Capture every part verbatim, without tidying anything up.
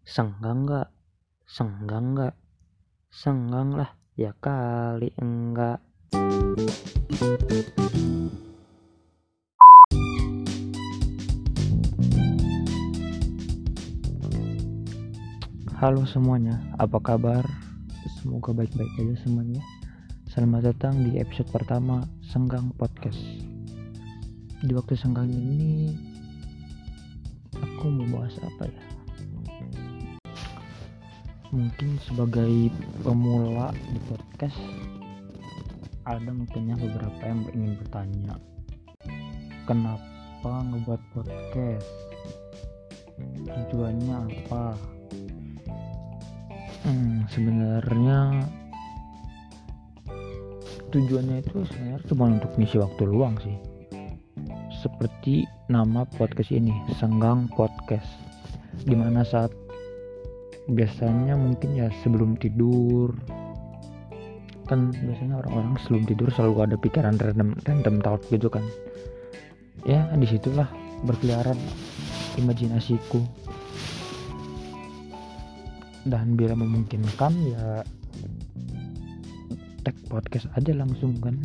Senggang nggak? Senggang nggak? Senggang lah, ya kali enggak. Halo semuanya, apa kabar? Semoga baik-baik aja semuanya. Selamat datang di episode pertama Senggang Podcast. Di waktu senggang ini aku mau bahas apa ya? Mungkin sebagai pemula di podcast, ada mungkinnya beberapa yang ingin bertanya, kenapa ngebuat podcast? Tujuannya apa? Hmm, sebenarnya tujuannya itu sebenarnya cuma untuk ngisi waktu luang sih. Seperti nama podcast ini, Senggang Podcast. Dimana saat biasanya mungkin ya sebelum tidur, kan biasanya orang-orang sebelum tidur selalu ada pikiran random random thought gitu kan. Ya disitulah berkeliaran imajinasiku. Dan bila memungkinkan ya tag podcast aja langsung kan.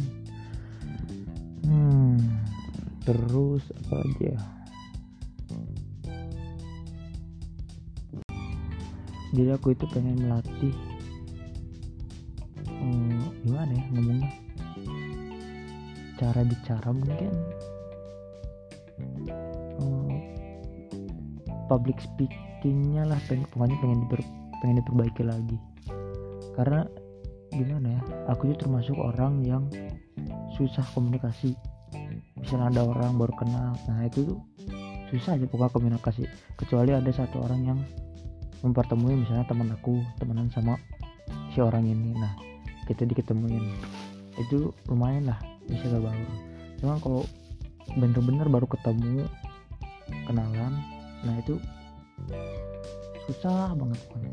Hmm, terus apa lagi ya? Jadi aku itu pengen melatih hmm, gimana ya ngomongnya, cara bicara mungkin, hmm, public speakingnya lah, pengen, pokoknya pengen diper, pengen diperbaiki lagi. Karena gimana ya, aku itu termasuk orang yang susah komunikasi. Misalnya ada orang baru kenal, nah itu tuh susah aja pokoknya komunikasi. Kecuali ada satu orang yang mempertemui, misalnya teman aku temenan sama si orang ini, nah kita diketemuin, itu lumayan lah bisa kebaur. Cuma kalau bener-bener baru ketemu kenalan, nah itu susah banget pokoknya.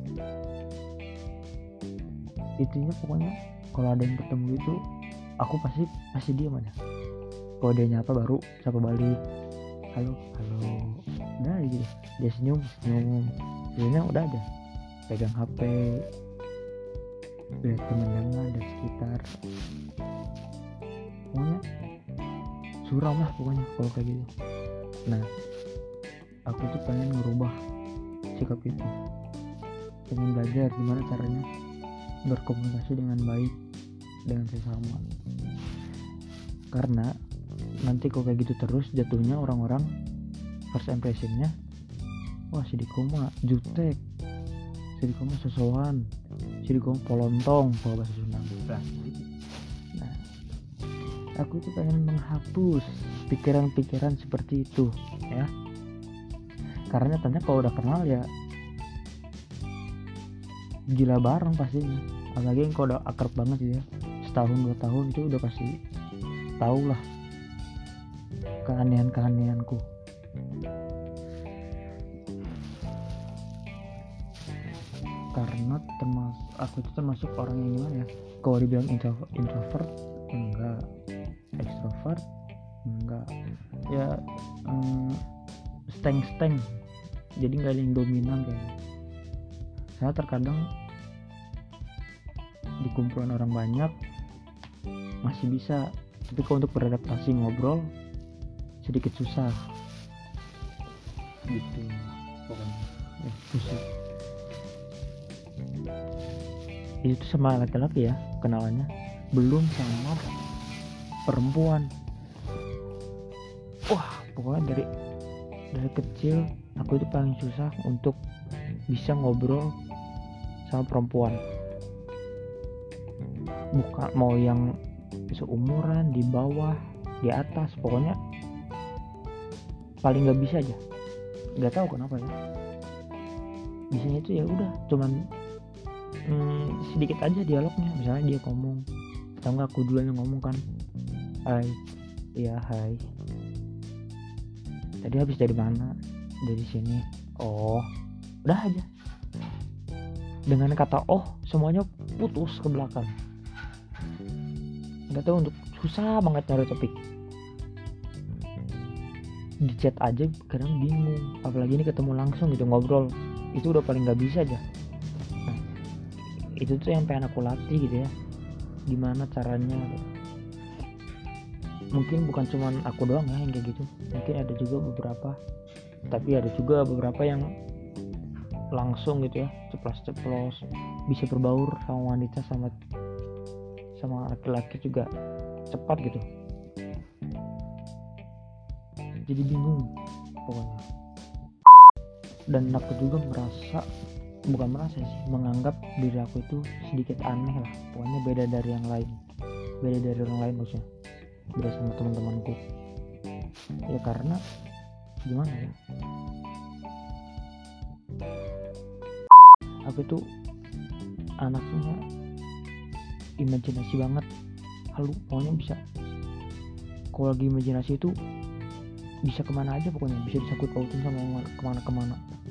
Intinya pokoknya kalau ada yang ketemu itu aku pasti pasti diam aja. Kalau dia nyapa baru sapa balik, halo halo, udah gitu. Dia senyum senyum, sebenarnya udah aja pegang H P, lihat pemandangan dan sekitar. Pokoknya suram lah pokoknya kalau kayak gitu. Nah aku tuh pengen ngerubah sikap itu, pengen belajar gimana caranya berkomunikasi dengan baik dengan sesama. Karena nanti kalau kayak gitu terus jatuhnya orang-orang first impressionnya, wah si Diko mah jutek, si Diko mah sosokan, si Diko mah polontong kalau bahasa Sunda. Nah aku tuh pengen menghapus pikiran-pikiran seperti itu ya. Karena nyatanya kalau udah kenal ya gila bareng pastinya. Apalagi kalau udah akrab banget gitu ya, setahun dua tahun itu udah pasti tahu lah keanehan-keanehanku. Karena termasuk aku itu termasuk orang yang gimana ya, kalau dibilang intro, introvert enggak, extrovert enggak ya, hmm, steng-steng, jadi nggak ada yang dominan kayaknya. Saya terkadang di kumpulan orang banyak masih bisa, tapi kalau untuk beradaptasi ngobrol sedikit susah gitu pokoknya. Eh, susah itu sama laki-laki ya kenalannya, belum sama perempuan. Wah pokoknya dari dari kecil aku itu paling susah untuk bisa ngobrol sama perempuan, bukan mau yang seumuran, di bawah, di atas, pokoknya paling nggak bisa aja. Nggak tahu kenapa ya, biasanya itu ya udah cuman hmm, sedikit aja dialognya. Misalnya dia ngomong atau enggak aku duluan yang ngomong kan, hai, iya hai, tadi habis dari mana? Dari sini. Oh, udah aja. Dengan kata oh semuanya putus ke belakang. Nggak tahu, untuk susah banget nyari topik. Di chat aja kadang bingung, apalagi ini ketemu langsung gitu ngobrol, itu udah paling nggak bisa aja. Nah, itu tuh yang pengen aku latih gitu ya, gimana caranya. Mungkin bukan cuman aku doang ya yang kayak gitu, mungkin ada juga beberapa, tapi ada juga beberapa yang langsung gitu ya, ceplos-ceplos, bisa berbaur sama wanita, sama sama laki-laki juga cepat gitu. Jadi bingung pokoknya. Dan aku juga merasa, bukan merasa sih, menganggap diri aku itu sedikit aneh lah, pokoknya beda dari yang lain, beda dari orang lain maksudnya, beda sama teman-temanku. Ya karena gimana ya, aku tuh anaknya imajinasi banget, halu, pokoknya bisa, kalau lagi imajinasi itu bisa kemana aja, pokoknya bisa disangkut pautin sama kemana-kemana.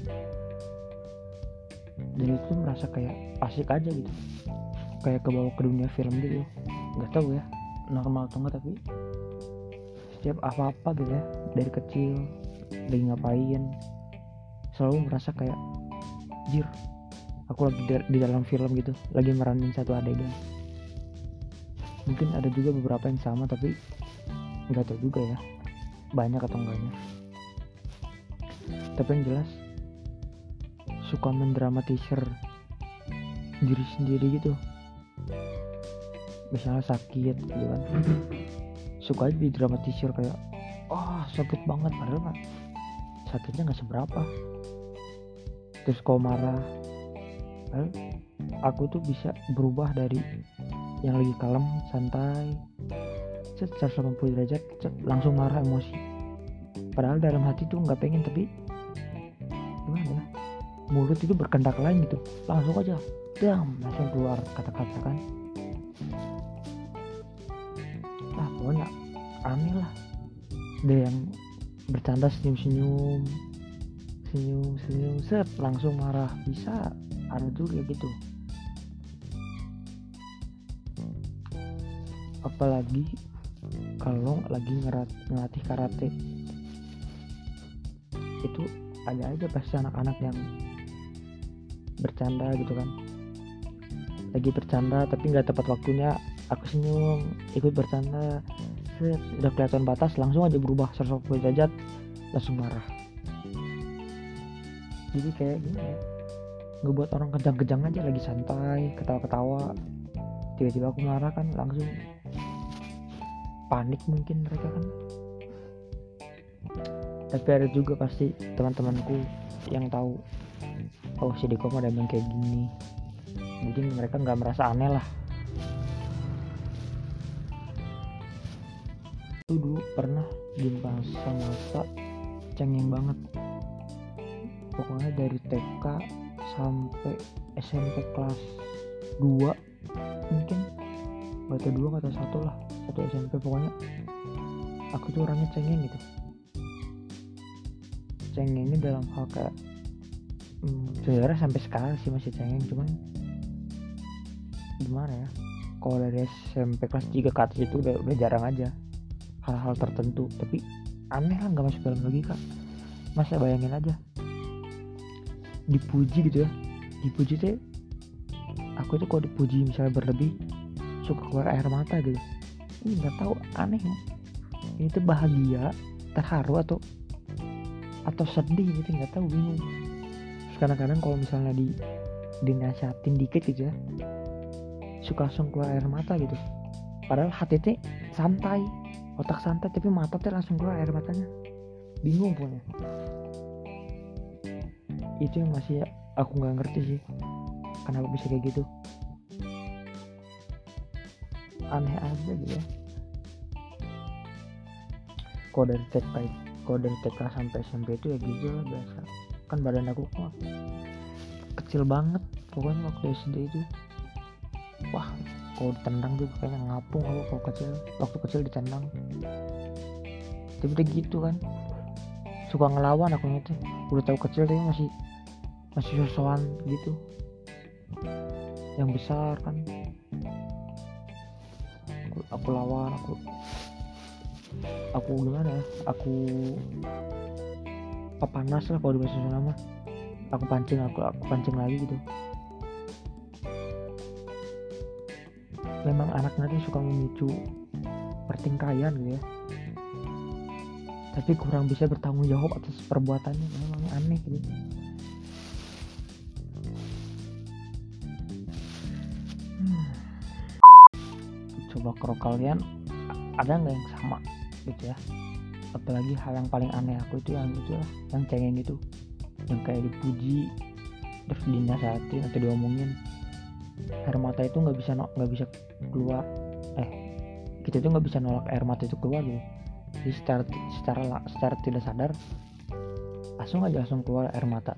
Dan itu merasa kayak asik aja gitu, kayak kebawa ke dunia film gitu. Nggak tahu ya normal atau enggak, tapi setiap apa-apa gitu ya, dari kecil lagi ngapain selalu merasa kayak jir, aku lagi di dalam film gitu, lagi meranin satu adegan. Mungkin ada juga beberapa yang sama, tapi nggak tahu juga ya banyak atau enggaknya. Tapi yang jelas suka mendramatisir diri sendiri gitu, misalnya sakit gitu kan, suka aja didramatisir kayak oh sakit banget, padahal mah sakitnya nggak seberapa. Terus kalau marah, padahal aku tuh bisa berubah dari yang lagi kalem santai seratus delapan puluh derajat langsung marah, emosi, padahal dalam hati tuh nggak pengen, tapi gimana ya, mulut itu berkendak lain gitu, langsung aja dam langsung keluar kata-kata kan. Nah pokoknya aneh lah. Ada yang bercanda senyum-senyum, senyum-senyum set langsung marah, bisa ada juga gitu. Apalagi kalau lagi ngelatih karate, itu ada aja pasti anak-anak yang bercanda gitu kan, lagi bercanda tapi nggak tepat waktunya, aku senyum ikut bercanda, set, udah kelihatan batas langsung aja berubah seratus delapan puluh derajat, langsung marah. Jadi kayak gini ya, ngebuat orang kejang-kejang aja, lagi santai ketawa-ketawa, tiba-tiba aku marah kan langsung panik mungkin mereka kan. Tapi ada juga pasti teman-temanku yang tahu, oh si Deko mah emang kayak gini, jadi mereka nggak merasa aneh lah. Itu dulu pernah di masa-masa cengeng banget, pokoknya dari T K sampai S M P kelas dua mungkin, nggak tahu dua nggak tahu satu lah, satu S M P. Pokoknya aku tuh orangnya cengeng gitu, cengengnya dalam hal kayak hmm, sebenarnya sampai sekarang sih masih cengeng, cuman gimana ya, kalau dari S M P kelas tiga ke atas itu udah, udah jarang aja hal-hal tertentu. Tapi aneh lah, nggak masuk dalam logika. Masa bayangin aja dipuji gitu ya, dipuji tuh aku itu kalau dipuji misalnya berlebih suka keluar air mata gitu. Ini nggak tahu, aneh ya, ini tuh bahagia, terharu atau atau sedih gitu, nggak tahu, bingung. Terus kadang-kadang kalau misalnya di dinasihatin dikit gitu ya, suka langsung keluar air mata gitu, padahal hati teh santai, otak santai, tapi mata teh langsung keluar air matanya, bingung pokoknya. Itu yang masih aku nggak ngerti sih, kenapa bisa kayak gitu, aneh aja gitu ya. Kalau dari T K, kalau dari T K sampai S M P itu ya gitu lah, biasa kan. Badan aku kok kecil banget pokoknya waktu S D itu. Wah kalau ditendang juga kayaknya ngapung aku kalau kecil, waktu kecil ditendang. Tapi udah gitu kan, suka ngelawan aku gitu, udah tahu kecil tapi masih masih sosokan gitu, yang besar kan aku, aku lawan, aku aku gimana ya, aku pepanas lah kalau di bahasa Sunda mah. aku pancing aku aku pancing lagi gitu. Memang anak nanti suka memicu pertingkaian gitu ya, tapi kurang bisa bertanggung jawab atas perbuatannya. Memang aneh gitu. hmm. Coba kalau kalian ada nggak yang sama gitu ya, apalagi hal yang paling aneh aku itu yang itu lah, yang cengeng gitu, yang kayak dipuji terus dinasihatin atau diomongin, air mata itu nggak bisa nggak bisa keluar, eh kita itu nggak bisa nolak air mata itu keluar gitu. Jadi secara secara secara tidak sadar langsung aja langsung keluar air mata.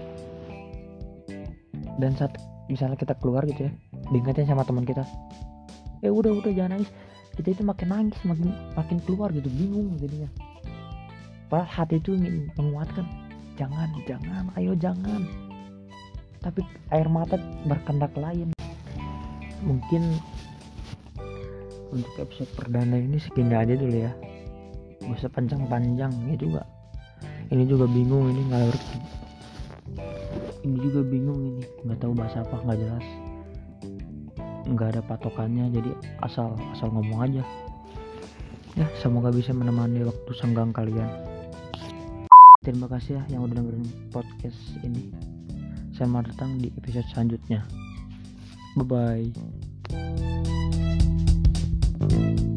Dan saat misalnya kita keluar gitu ya, diingetin sama teman kita, eh udah udah jangan nangis, kita itu makin nangis makin makin keluar gitu, bingung jadinya. Padahal hati itu ingin menguatkan, jangan jangan ayo jangan, tapi air mata berkendak lain. Mungkin untuk episode perdana ini segini aja dulu ya, gak usah panjang-panjang ya juga. Ini juga bingung ini ngalur, ini juga bingung ini nggak tahu bahasa apa, nggak jelas, nggak ada patokannya, jadi asal asal ngomong aja ya. Semoga bisa menemani waktu senggang kalian. Terima kasih ya yang udah dengerin podcast ini. Selamat datang di episode selanjutnya. Bye bye.